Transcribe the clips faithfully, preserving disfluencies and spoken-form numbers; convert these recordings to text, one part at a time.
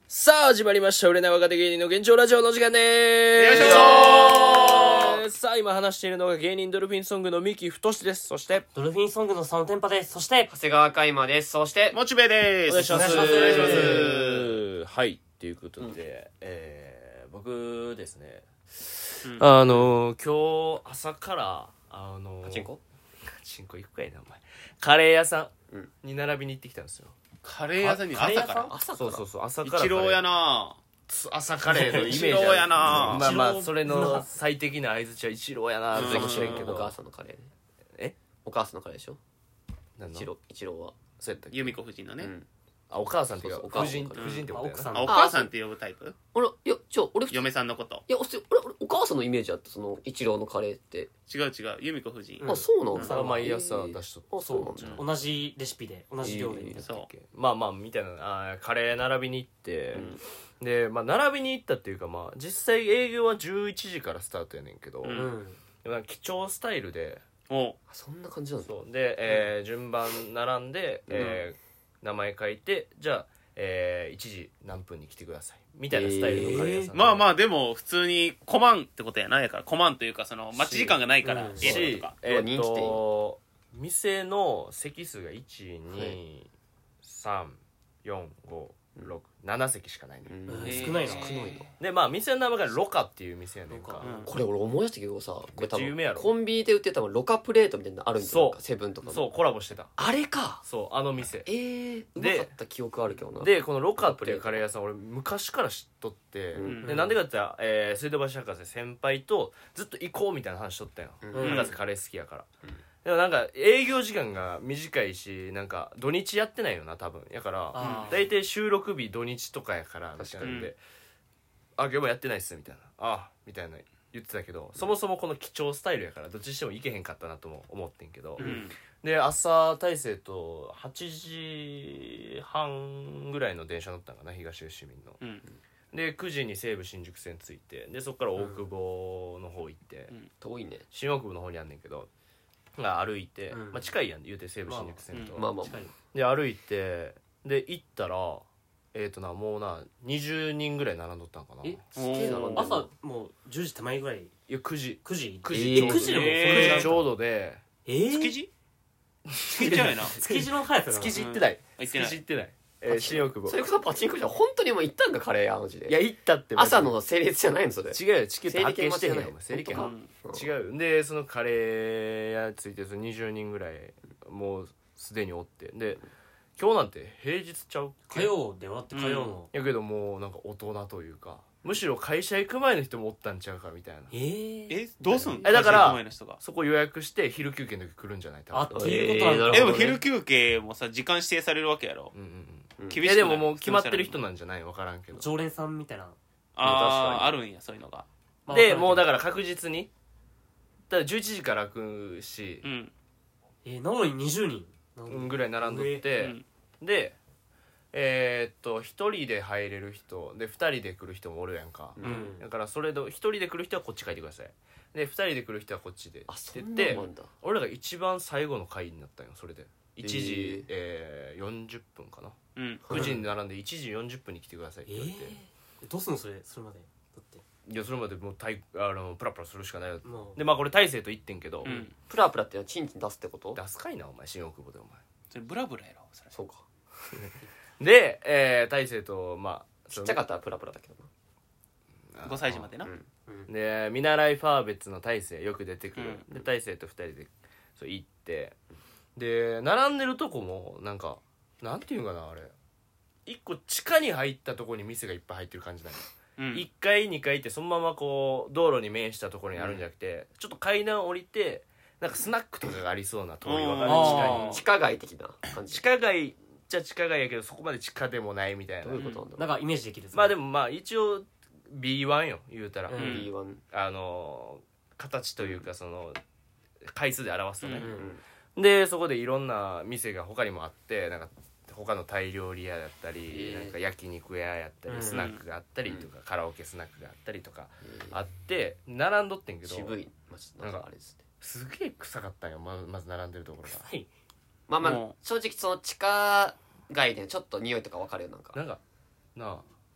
さあ始まりました売れない若手芸人の現状ラジオの時間でーす。 よいしょさあ今話しているのが芸人ドルフィンソングの三木太志です。そしてドルフィンソングの佐野天パです。そして長谷川海馬です。そしてモチベです。 お願いします。 お願いしますお願いしますはいということで、うんえー、僕ですね、うん、あの今日朝からあのカチンコカチンコ行くかいなお前カレー屋さんに並びに行ってきたんですよ。 カレー屋さんに朝から朝からそうそうそう朝から一郎やな。 朝カレーのイメージある一郎やな。 まあまあそれの最適な相づちは一郎やなってかもしれんけど、 お母さんのカレーね。 えお母さんのカレーでしょ。 何の一郎一郎は。 そうやったっけ。 由美子夫人のね、 うんあお母さんっていうかそうそう夫人お母さん夫人ってことやな。 奥さんあお母さんって呼ぶタイプ。 俺いやちょ俺普通嫁さんのこと。 いや俺俺俺お母さんのイメージあったその一郎のカレーって。 違う違う由美子夫人、 うんあそうなの。 それは毎朝出しとったあそうなんじゃ。 同じレシピで同じ料理で、 えーそまあまあみたいなあカレー並びに行って、でまあ並びに行ったっていうかまあ実際営業はじゅういちじからスタートやねんけど、 うんうんでもなんか貴重スタイルでおあそんな感じなんだ。 そうで、えー順番並んで、えー名前書いてじゃあ、えー、いちじ何分に来てくださいみたいなスタイルのカレー屋さんで、 まあまあでも普通にコマンってことやないからコマンというかその待ち時間がないからうんええしとか、 えーっ人気店と店の席数がいち、に、さん、よん、ご、ろく、なな席しかないね、 うんうんえー少ないな。 少ないの。 でまあ店の名前がロカっていう店やねんか、 ロカうんこれ俺思い出したけどさ、これ多めっちゃ有名やろ分コンビニで売ってたロカプレートみたいなのあるんだよ。 そうなんかセブンとかの。 そうコラボしてたあれか。 そうあの店えー、うまでかった記憶あるけどな。 でこのロカっていうカレー屋さん俺昔から知っとって、 うんでなんでかって言ったら、えー、水道橋博士先輩とずっと行こうみたいな話しとったよ、 うん博士カレー好きやから、でもなんか営業時間が短いしなんか土日やってないよな多分やからあー大体収録日土日とかやからみたいなんで、あ今日もやってないっすみたいなあみたいな言ってたけど、そもそもこの貴重スタイルやからどっちにしても行けへんかったなとも思ってんけど、 うんで朝大勢とはちじはんぐらいの電車乗ったんかな東吉見の、 うんでくじに西武新宿線着いてでそこから大久保の方行って、 うん遠いね。 新大久保の方にあんねんけどが歩いて、 うんまあ、近いやん言うて西武新宿線と、 うんまあまあ。 近い。 で歩いてで行ったらえっ、ー、となもうなにじゅうにんぐらい並んどったんかな。 えすげえな。 おー朝もうじゅうじ手前ぐらい。 いやくじくじくえーじちょうどくじでもえーそれぐらいちょうどでえー、 築地築地ちゃうやな築地の速さだな。 築地行ってない、 うん行ってない築地行ってない、えー、新大久保それこそパチンコじゃん本当にもう行ったんかカレー屋マジで。 いや行ったってマジで朝の整列じゃないのそれ。 違うよチケット発券してへんよお前整理券整理券は本違うよでそのカレー屋ついてそのにじゅうにんぐらいもうすでにおってで今日なんて平日ちゃう火曜ではって火曜の。 やけどもうなんか大人というかむしろ会社行く前の人もおったんちゃうかみたいなえー、 えどうすんえだから会社行く前の人がそこ予約して昼休憩の時来るんじゃない多分あっていうことなんだ。 えーなるほどねえでも昼休憩もさ時間指定されるわけやろうんうんうんうん厳しくないいやでももう決まってる人なんじゃない分からんけど常連さんみたいな。 あああるんやそういうのがまあでもうだかから確実にだからじゅういちじから開くしうんえー、なのににじゅうにん。 うんぐらい並んどっうてんでえーっとひとりで入れる人でふたりで来る人もおるやんかうん。 だからそれでひとりで来る人はこっち書いてくださいでふたりで来る人はこっちであそって言ってんなのもあんだ。 俺らが一番最後の回になったんよそれでいちじ、 ええーよんじゅっぷんかなうんくじに並んでいちじよんじゅっぷんに来てくださいってえ言われて、 ー、どうすんのそれそれまで。だっていやそれまでもうたいあのプラプラするしかないよもうでまあこれ大勢と言ってんけど、 うんプラプラってのはチンチン出すってこと？ 出すかいなお前新大久保でおそれブラブラやろそれそうか。 前で、えー、大勢とまあちっちゃかったらプラプラだけどな。 ごさい児までなうんで見習いファーベッツの大勢よく出てくる、 うんで大勢とふたりでそう行ってで並んでるとこもなんかなんていうんかなあれ一個地下に入ったとこに店がいっぱい入ってる感じなの、 うんいっかいにかいってそのままこう道路に面したところにあるんじゃなくて、ちょっと階段降りてなんかスナックとかがありそうな通り分かるうん地下あーに地下街的な感じ。 地下街っちゃ地下街やけどそこまで地下でもないみたいなどういうことなんだろう。 なんかイメージできる。 まあでもまあ一応 ビーワン よ言うたら、 うんビーワン。 あの形というかその回数で表すとね、 うん。 でそこでいろんな店が他にもあってなんか他のタイ料理屋だったり、 えーなんか焼肉屋やったり、 うんスナックがあったりとか、カラオケスナックがあったりとかあって並んどってんけど渋い街なんかあれですね。 すげえ臭かったんよままず並んでるところがはい。 まあまあも正直その地下街でちょっと匂いとかわかるよなんか。 なんかなあ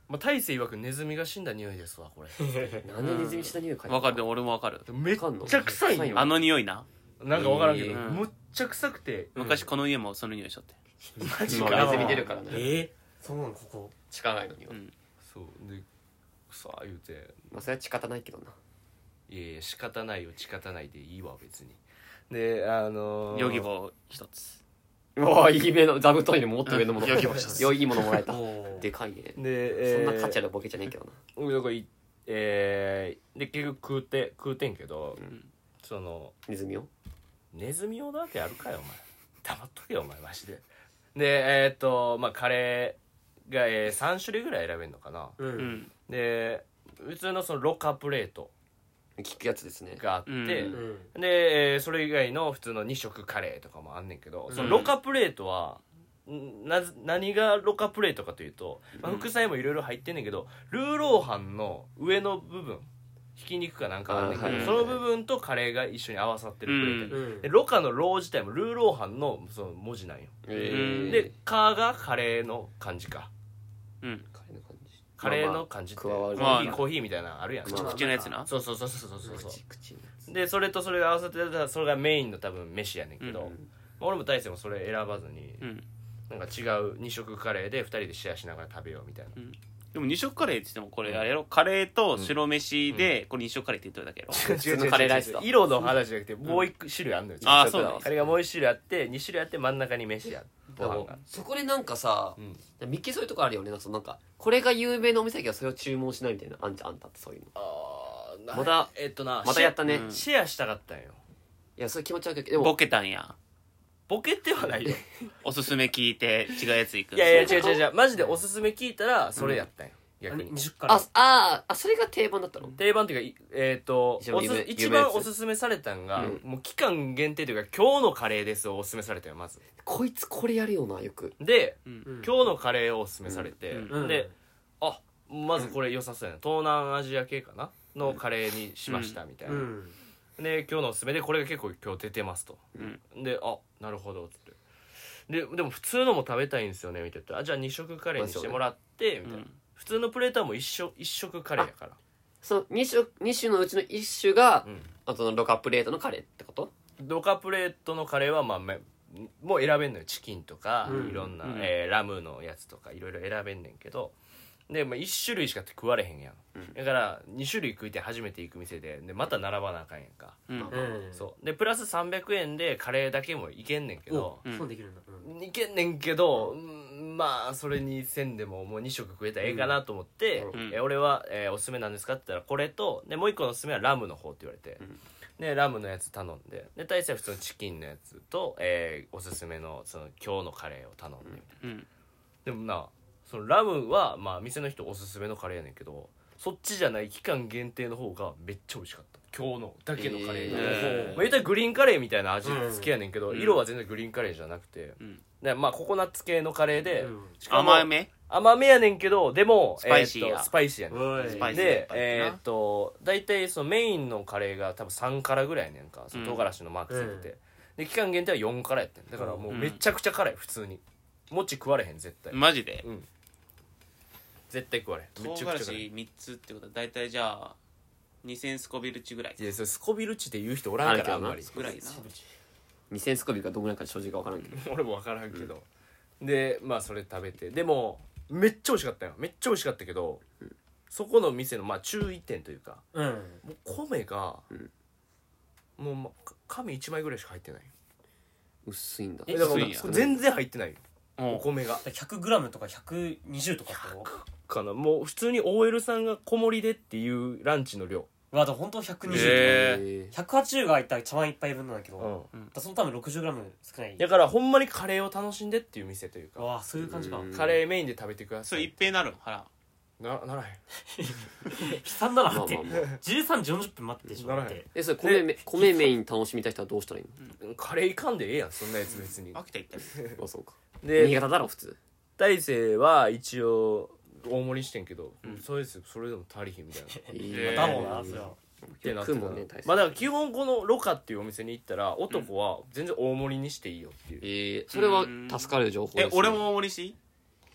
まあ、大勢曰くネズミが死んだ匂いですわこれなんでネズミした匂い嗅いでわかるでも俺もわかるめっわかんのちゃ臭いよあの匂いななんか分からんけど、 えーむっちゃ臭くて昔この家もその匂いしとってマジ今かネズミ出るからねえー、そうなのここ地下街の匂い、 うんそうでさあ言うてまあそれは仕方ないけどないやいや仕方ないよ仕方ないでいいわ別にであのー、 ヨギボー一つうわいい目の座布団よりももっと上のものヨギボー一つよいいものもらえたおーでかいねで、えー、 そんな価値あるボケじゃねえけどな俺なんかいえー、で結局食うて食うてんけど、 んそのネズミをネズミ用だけあるかよお前黙っとけよお前マジででえー、っとまあカレーが、えー、さん種類ぐらい選べるのかな、 うん、 うんで普通のそのロカプレート聞くやつですねがあって、 うんうんで、えーそれ以外の普通のに食カレーとかもあんねんけど、 うんそのロカプレートはんな何がロカプレートかというと、まあ、副菜もいろいろ入ってんねんけど、ルーローハンの上の部分ひき肉かなんかあんねんけど、 あーはいその部分とカレーが一緒に合わさってるプレートやねん、 うんでロカのロー自体もルーローハンのその文字なんよ、 えー、 でカーがカレーの漢字かうんカレーの感じカレーの漢字ってまあまあコーヒー、 まあコーヒーみたいなのあるやん、 まあ口のやつなそうそうそうそうそうそうそう口口のやつでそれとそれが合わさってたらそれがメインの多分飯やねんけど、 うんまあ俺も大勢もそれ選ばずに、 うんなんか違うに食カレーでふたりでシェアしながら食べようみたいな、 でも二色カレーって言ってもこれあれやろカレーと白飯でこれ二色カレーって言ってるだけやろ違う違う違う違う普通のカレーライスだ色の話じゃなくてもう一種類あんのよ、 あーそうなんカレーがもう一種類あってに種類あって真ん中に飯やご飯がそこでなんかさうんミッキーそういうとこあるよねなんかそのなんかこれが有名なお店だけどそれを注文しないみたいなあんじゃんあんたってそういうのあーまたえっとなまたやったね、 うんシェアしたかったんよいやそれ気持ち悪いけどでボもケたんやボケてはないよおすすめ聞いて違うやつ行くいやいや違う違う違うマジでおすすめ聞いたらそれやったんよ、逆ににじゅっからあああそれが定番だったの定番っていうかいえっ、と一番有名おす一有名なやつ番おすすめされたんが、 うんもう期間限定というか今日のカレーですをおすすめされたよまずこいつこれやるよなよくで、 うん今日のカレーをおすすめされて、 うんうんであまずこれ良さそうやな東南アジア系かなのカレーにしましたみたいな、 うんで今日のおすすめでこれが結構今日出てますと、 うんであなるほどっつってででも普通のも食べたいんですよねみたいなあじゃあに食カレーにしてもらってみたいな、 うん普通のプレートはもう一食一食カレーやからその2種二種のうちのいっ種が、 うんあとのロカプレートのカレーってことドカプレートのカレーはまあめもう選べんのよチキンとか、 うんいろんな、 うんえーラムのやつとかいろいろ選べんねんけどで、まあ、いち種類しか食われへんやん、 うんだからに種類食いて初めて行く店ででまた並ばなあかんやんか、 うんうんそうでプラスさんびゃくえんでカレーだけもいけんねんけどおそうできるんだうんいけんねんけど、うんまあそれにせんでももうに食食えたらええかなと思って、 うんえ俺は、えーおすすめなんですかって言ったらこれとでもう一個のおすすめはラムの方って言われて、でラムのやつ頼んでで大勢は普通のチキンのやつと、えーおすすめのその今日のカレーを頼んでみたいな、 うんでもなそのラムはまあ店の人おすすめのカレーやねんけどそっちじゃない期間限定の方がめっちゃ美味しかった今日のだけのカレーで、 えまあ、言ったらグリーンカレーみたいな味付けやねんけど、 うん色は全然グリーンカレーじゃなくて、 うんでまあココナッツ系のカレーで、 うんしかも甘め甘めやねんけどでもスパイシーやえーっとスパイシーやねんおいスパイシーでやっぱりなえーっと大体そのメインのカレーが多分さん辛ぐらいやねんかその唐辛子のマークついてて、で期間限定はよん辛やってんだからもうめちゃくちゃ辛い普通に餅食われへん絶対マジでうん絶対食われへんめ唐ちゃくちゃ辛い辛子みっつってことは大体じゃあにせんスコビル値ぐらいいやそれスコビル値って言う人おらんからあんまりぐらいなにせんスコビルかどんぐらいか正直分からんけど俺も分からんけど、でまあそれ食べてでもめっちゃ美味しかったよめっちゃ美味しかったけど、そこの店のまあ注意点というかうんもう米が、もう、ま、紙いちまいぐらいしか入ってない薄いんだえだから薄いんや全然入ってないようんお米がひゃくグラムとかひゃくにじゅうとかってことかなもう普通に オーエル さんが小盛りでっていうランチの量うわでも本当ひゃくにじゅうええひゃくはちじゅうが入ったら茶碗一杯分なんだけど、 うんだからその多分ろくじゅうグラム少ないだからほんまにカレーを楽しんでっていう店というかうわそういう感じかうんカレーメインで食べてくだそさいれ一平なるん腹なならへん悲惨だなってまあまあまあじゅうさんじよんじゅっぷん待ってでしょならへんだってえそれ米め米メイン楽しみたい人はどうしたらいいカレーいかんでええやんそんなやつ別に秋田行ったりのあそうか新で潟だろ普通大勢は一応大盛りしてんけど、そうですそれでも足りひんみたいなえーだろうなそれはってなってた食うもんね大勢まあだから基本このロカっていうお店に行ったら男は全然大盛りにしていいよっていう、 えー、それは助かる情報です、ね、 え俺も大盛りしていいダメ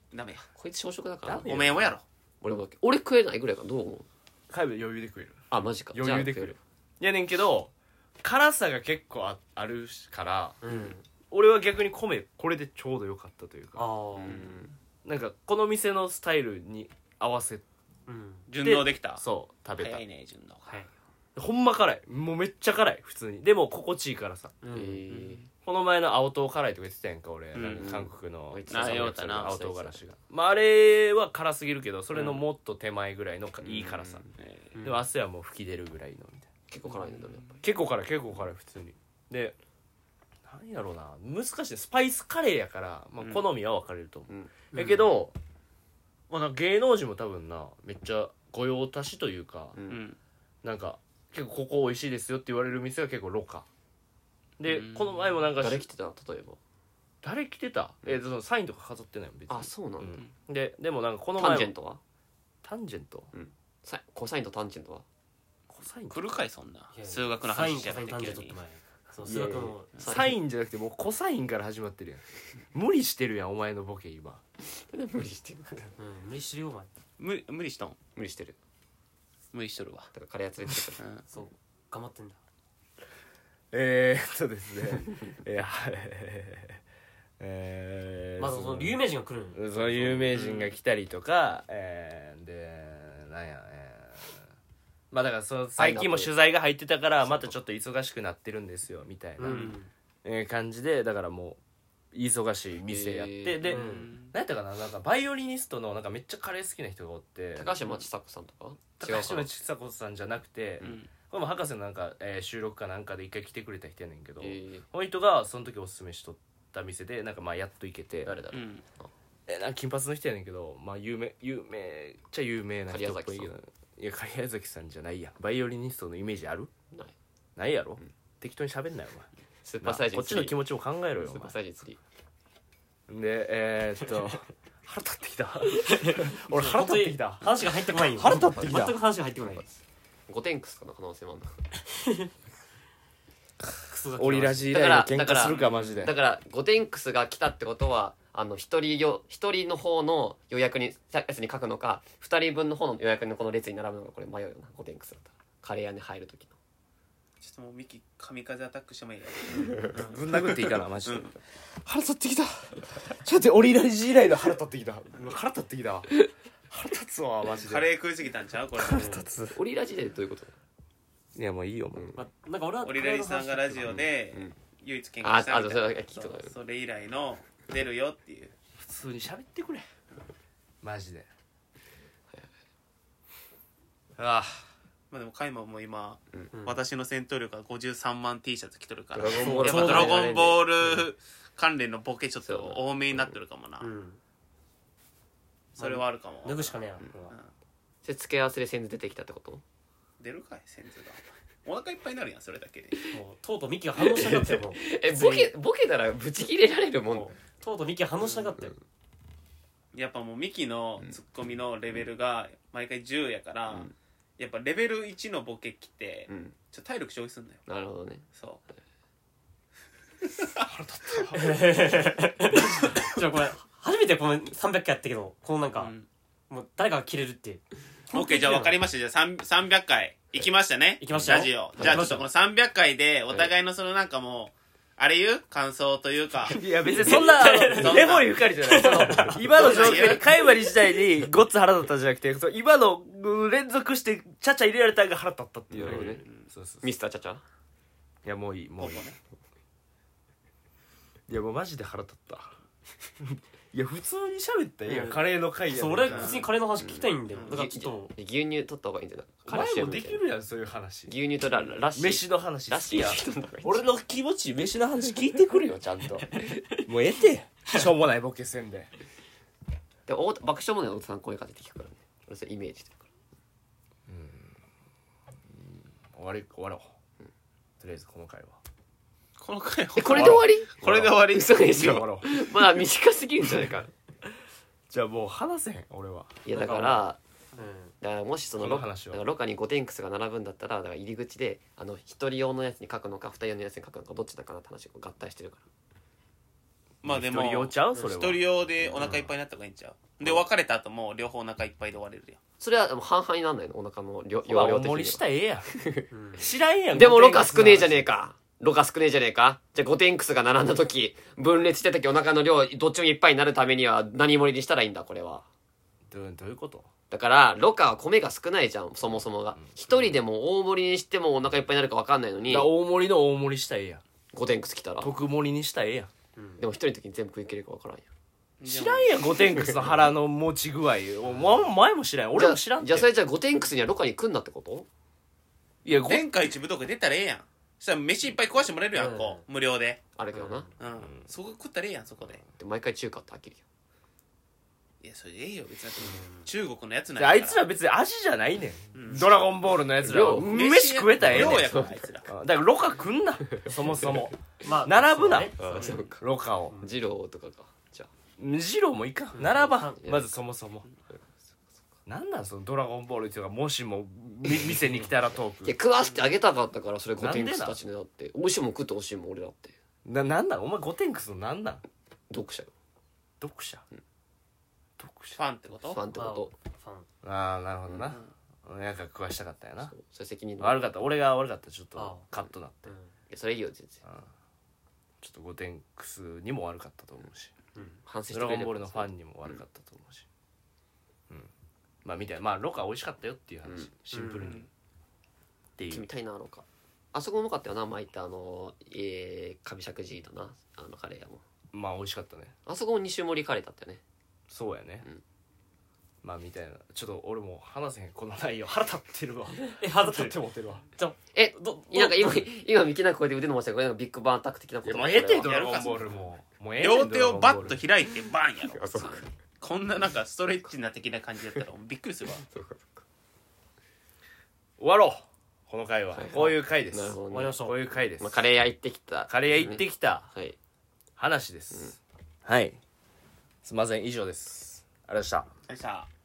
ダメやこいつ小食だからダメおめえもやろ俺も俺食えないぐらいかどう思う？ カイブ余裕で食えるあマジか余裕で食えるじゃあいやねんけど辛さが結構 あ, あるからうん俺は逆に米これでちょうどよかったというかああうんなんかこの店のスタイルに合わせうん順応できたそう食べた早いね順応はいほんま辛いもうめっちゃ辛い普通にでも心地いいからさうんえこの前の青唐辛いとか言ってたやんか俺、 うんなんか韓国のうんササミあ言うたな青唐辛子がまああれは辛すぎるけどそれのもっと手前ぐらいのいい辛さ、 えうんでも明日はもう吹き出るぐらいのみたいな結構辛いねでもやっぱり結構辛い結構辛い普通にで何やろうな難しいスパイスカレーやから、まあ、 うん好みは分かれると思う、 うんやけど、まあ、なんか芸能人も多分なめっちゃ御用達というか、 うーうんんなんか結構ここ美味しいですよって言われる店が結構ロカで、 うんこの前もなんか誰来てた例えば誰来てたえーそのサインとか飾ってないもん別にあそうなんだうんででもなんかこのタ前もンジェントはタンジェントサイコサインとタンジェントはコサイン来るかいそんないや数学のサイン話じゃサインなくて急に誕生日とって前そう数学のサインじゃなくてもうコサインから始まってるやん無理してるやんお前のボケ今無理してるうん無理してるよお前無理無理しとん無理してる無理しとるわだからカレー屋連れてくるうんそう頑張ってんだえー、っとですねえー、えー、 まずその有名人が来るんよその有名人が来たりとか、えー、でなんやえー、まあだからその最近も取材が入ってたからまたちょっと忙しくなってるんですよみたいな、 うんえー感じでだからもう忙しい店やって、 へーで、 うん何やったかななんかバイオリニストのなんかめっちゃカレー好きな人がおって高橋真知子さんとか違高うかな橋千佐子さんじゃなくて、 うんこれも博士のなんか、えー収録かなんかで一回来てくれた人やねんけど、 えーこの人がその時おすすめしとった店でなんかまあやっと行けて誰だろううんえなんか金髪の人やねんけどまあ有名有名っちゃ有名な人っぽいけどいや狩矢崎さんじゃないやんバイオリニストのイメージあるないないやろ、適当に喋んなよお前スーパーサイズなこっちの気持ちも考えろよスーパーサイズ釣りお前でえー、っと腹立ってきた俺腹立ってきた話が入ってこないよ腹立ってきた全く話が入ってこないゴテンクスかな可能性もあるなクソがオリラジ以来の喧だから嘩するかマジでだからゴテンクスが来たってことはあの一人よ一人の方の予約にやつに書くのか二人分の方の予約のこの列に並ぶのかこれ迷うよなゴテンクスだったらカレー屋に入る時のちょっともうミキ神風アタックしてもいいよぶん殴っていいかなマジで、腹立ってきたちょっと待ってオリラジ以来の腹立ってきたうわ腹立ってきたわ腹立つわマジでカレー食いすぎたんちゃうこれ腹立つオリラジでどういうこといやもういいよもう、 まあなんか俺はオリラジさんがラジオでうん唯一喧嘩したみたいなああそれは聞いたことあるそうそれ以来の出るよっていう普通に喋ってくれマジでああまあでもカイマも今うん私の戦闘力がごじゅうさんまん T シャツ着とるからドラゴンボールやっぱドラゴンボール関連のボケちょっと多めになってるかもなうんそれはあるかも脱ぐしかねえなうんそれ付け合わせでセンズ出てきたってこと出るかいセンズがお腹いっぱいになるやんそれだけでもうとうとうミキが反応しなかったよもうえボケボケたらブチ切れられるもんもうとうとうミキが反応しなかったよやっぱもうミキのツッコミのレベルが毎回じゅうやから、 うんやっぱレベルいちのボケ来て、 うんちょっと体力消費すんだよなるほどねそうじゃあこれ初めてこのさんびゃっかいやったけどこのなんか、 うんもう誰かが切れるっていうオッケーじゃあ分かりましたじゃあさんさんびゃっかい行きましたね行きましたよラジオじゃあちょっとこのさんびゃっかいでお互いのそのなんかもうあれ言う感想というかいや別にそんなあのレモンゆかりじゃないその今の状況にカイワリ自体にごっつ腹立ったじゃなくてその今のうん連続してチャチャ入れられたのが腹立ったっていうなるほどねそうそうそうミスターチャチャいやもういいもういいいやもうマジで腹立ったいや普通に喋ったよ、 うんカレーの回やそう俺普通にカレーの話聞きたいんだよ、 うんだからちょっと牛乳取った方がいいんじゃない前もできるやんそういう話牛乳とララッシー飯の話ラッシー好きや取った方がいい俺の気持ち飯の話聞いてくるよちゃんともうええてしょうもないボケせんでで大田爆笑問題の太田さんこういう感じで聞くからね俺それイメージしてるか終わり終わろう、とりあえずこの回はこの回らえこれで終わりこれで終わり嘘でしょ終わろうまだ短すぎるんじゃないかじゃあもう話せへん俺はいやだからうんだからもしそのロこの話はだからロカにゴテンクスが並ぶんだったらだから入り口であの一人用のやつに書くのか二人用のやつに書くのかどっちだかなって話が合体してるかまあでも一人用ちゃうそれは一人用でお腹いっぱいになった方がいいんちゃう、で別れた後も両方お腹いっぱいで終われるよ。 それはでも半々になんないのお腹の量まあ大容量的に盛りしたはらええやん知らんやんでもロカ少ねえじゃねえかかロカ少ねえじゃねえかじゃあゴテンクスが並んだ時分裂してた時お腹の量どっちもいっぱいになるためには何盛りにしたらいいんだこれは。 どうどういうことだからロカは米が少ないじゃんそもそもが一人でも大盛りにしてもお腹いっぱいになるか分かんないのにだから大盛りの大盛りしたらええやんゴテンクス来たら特盛りにしたらええやんでも一人の時に全部食い切れるか分からんやん知らんやんゴテンクスの腹の持ち具合お前前も知らん俺も知らんてじゃあそれじゃあゴテンクスにはロカに来んなってこといやゴ天下一武道会出たらええやん。そしたら飯いっぱい食わしてもらえるやん、 うんこう無料で。 あるけどな、 うん、そこ食ったらええやんそこで。 で毎回中華って飽きるいやそれええよ別に。中国のやつなんじゃああいつら別に味じゃないねん、 うんドラゴンボールのやつら量飯食えたらええねん量やからあいつら。 だからロカ来んなそもそもまあ並ぶなそうねそうかロカを二郎とかかじゃあジローもいかん並ばんうんまずそもそもなんなんそのドラゴンボールっていうかもしもみ店に来たらトーいやク食わしてあげたかったからそれゴテンクスたちねだって美味しいもん食ってほしいもん俺だってななんなんお前ゴテンクスのなんなん読者よ読者、読フ者ァンってことファンってことファンああなるほどな、なんか食わしたかったよなそうそれ責任悪かった俺が悪かったちょっとあカットなっていやそれいいよ全然ちょっとゴテンクスにも悪かったと思うし反省しドラゴンてくれればボールのファンにも悪かったと思うしうんまあみたいなまあロカ美味しかったよっていう話、 うんシンプルに、っていう決めたいなのかあそこうまかったよな巻いたあのえー、上石寺のなあのカレー屋もまあ美味しかったねあそこもに種盛りカレーだったよねそうやね、 うんまあみたいなちょっと俺も話せへんこの内容腹立ってるわえ腹腹立っ立ってて思ってるわじゃあえどなんか今今見きなく声で腕伸ばしたからビッグバンアタック的なこといやもうええてドこれはラゴンボールもうもうええねん両手をバッとドラゴンボール開いてバンやろあそうかこんななんかストレッチな的な感じだったらびっくりするわ。 終わろうこの回は、 はいこういう回ですなるほどね終わりましょうこういう回です、 まあ、カレー屋行ってきたカレー屋行ってきたはい話です、はいすいません以上ですありがとうございましたよいしょ。